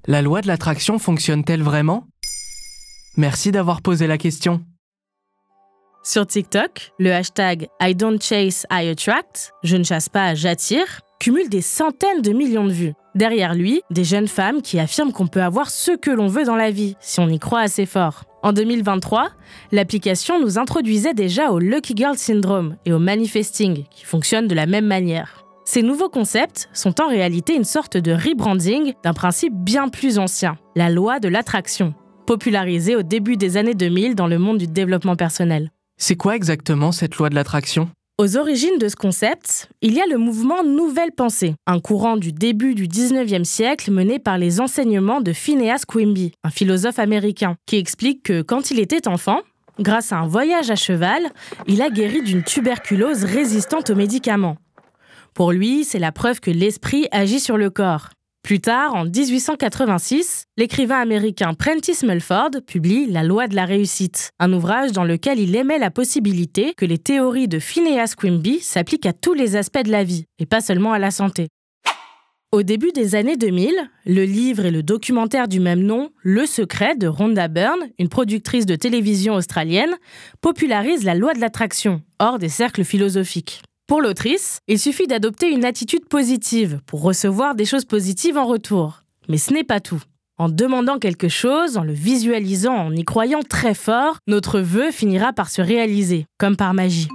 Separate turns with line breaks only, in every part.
La loi de l'attraction fonctionne-t-elle vraiment ? Merci d'avoir posé la question.
Sur TikTok, le hashtag I don't chase, I attract, je ne chasse pas, j'attire, cumule des centaines de millions de vues. Derrière lui, des jeunes femmes qui affirment qu'on peut avoir ce que l'on veut dans la vie, si on y croit assez fort. En 2023, l'application nous introduisait déjà au Lucky Girl Syndrome et au manifesting, qui fonctionnent de la même manière. Ces nouveaux concepts sont en réalité une sorte de rebranding d'un principe bien plus ancien, la loi de l'attraction, popularisée au début des années 2000 dans le monde du développement personnel.
C'est quoi exactement cette loi de l'attraction ?
Aux origines de ce concept, il y a le mouvement Nouvelle Pensée, un courant du début du 19e siècle mené par les enseignements de Phineas Quimby, un philosophe américain, qui explique que quand il était enfant, grâce à un voyage à cheval, il a guéri d'une tuberculose résistante aux médicaments. Pour lui, c'est la preuve que l'esprit agit sur le corps. Plus tard, en 1886, l'écrivain américain Prentice Mulford publie La loi de la réussite, un ouvrage dans lequel il émet la possibilité que les théories de Phineas Quimby s'appliquent à tous les aspects de la vie, et pas seulement à la santé. Au début des années 2000, le livre et le documentaire du même nom, Le Secret de Rhonda Byrne, une productrice de télévision australienne, popularisent la loi de l'attraction, hors des cercles philosophiques. Pour l'autrice, il suffit d'adopter une attitude positive pour recevoir des choses positives en retour. Mais ce n'est pas tout. En demandant quelque chose, en le visualisant, en y croyant très fort, notre vœu finira par se réaliser, comme par magie.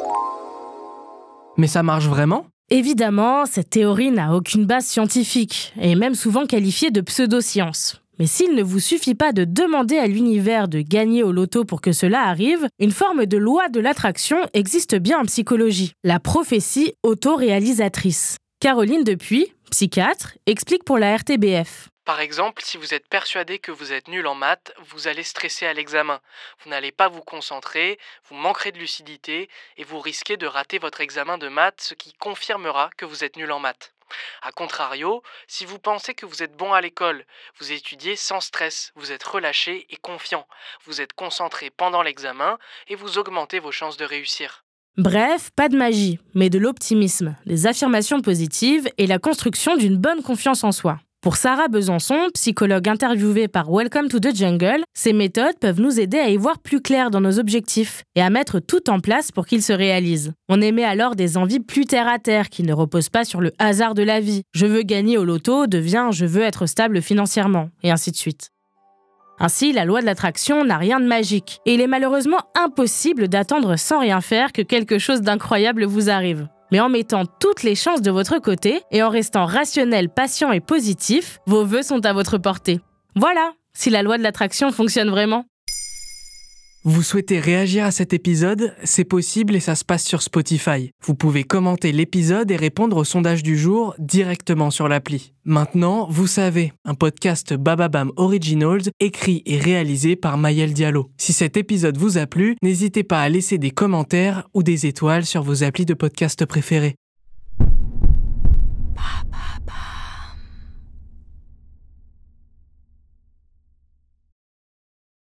Mais ça marche vraiment ?
Évidemment, cette théorie n'a aucune base scientifique, et est même souvent qualifiée de pseudo-science. Mais s'il ne vous suffit pas de demander à l'univers de gagner au loto pour que cela arrive, une forme de loi de l'attraction existe bien en psychologie, la prophétie auto-réalisatrice. Caroline Dupuis, psychiatre, explique pour la RTBF.
Par exemple, si vous êtes persuadé que vous êtes nul en maths, vous allez stresser à l'examen. Vous n'allez pas vous concentrer, vous manquerez de lucidité et vous risquez de rater votre examen de maths, ce qui confirmera que vous êtes nul en maths. A contrario, si vous pensez que vous êtes bon à l'école, vous étudiez sans stress, vous êtes relâché et confiant, vous êtes concentré pendant l'examen et vous augmentez vos chances de réussir.
Bref, pas de magie, mais de l'optimisme, des affirmations positives et la construction d'une bonne confiance en soi. Pour Sarah Besançon, psychologue interviewée par Welcome to the Jungle, ces méthodes peuvent nous aider à y voir plus clair dans nos objectifs et à mettre tout en place pour qu'ils se réalisent. On émet alors des envies plus terre-à-terre qui ne reposent pas sur le hasard de la vie. Je veux gagner au loto devient je veux être stable financièrement, et ainsi de suite. Ainsi, la loi de l'attraction n'a rien de magique, et il est malheureusement impossible d'attendre sans rien faire que quelque chose d'incroyable vous arrive. Mais en mettant toutes les chances de votre côté et en restant rationnel, patient et positif, vos vœux sont à votre portée. Voilà, si la loi de l'attraction fonctionne vraiment.
Vous souhaitez réagir à cet épisode ? C'est possible et ça se passe sur Spotify. Vous pouvez commenter l'épisode et répondre au sondage du jour directement sur l'appli. Maintenant, vous savez, un podcast Bababam Originals écrit et réalisé par Maëlle Diallo. Si cet épisode vous a plu, n'hésitez pas à laisser des commentaires ou des étoiles sur vos applis de podcast préférés.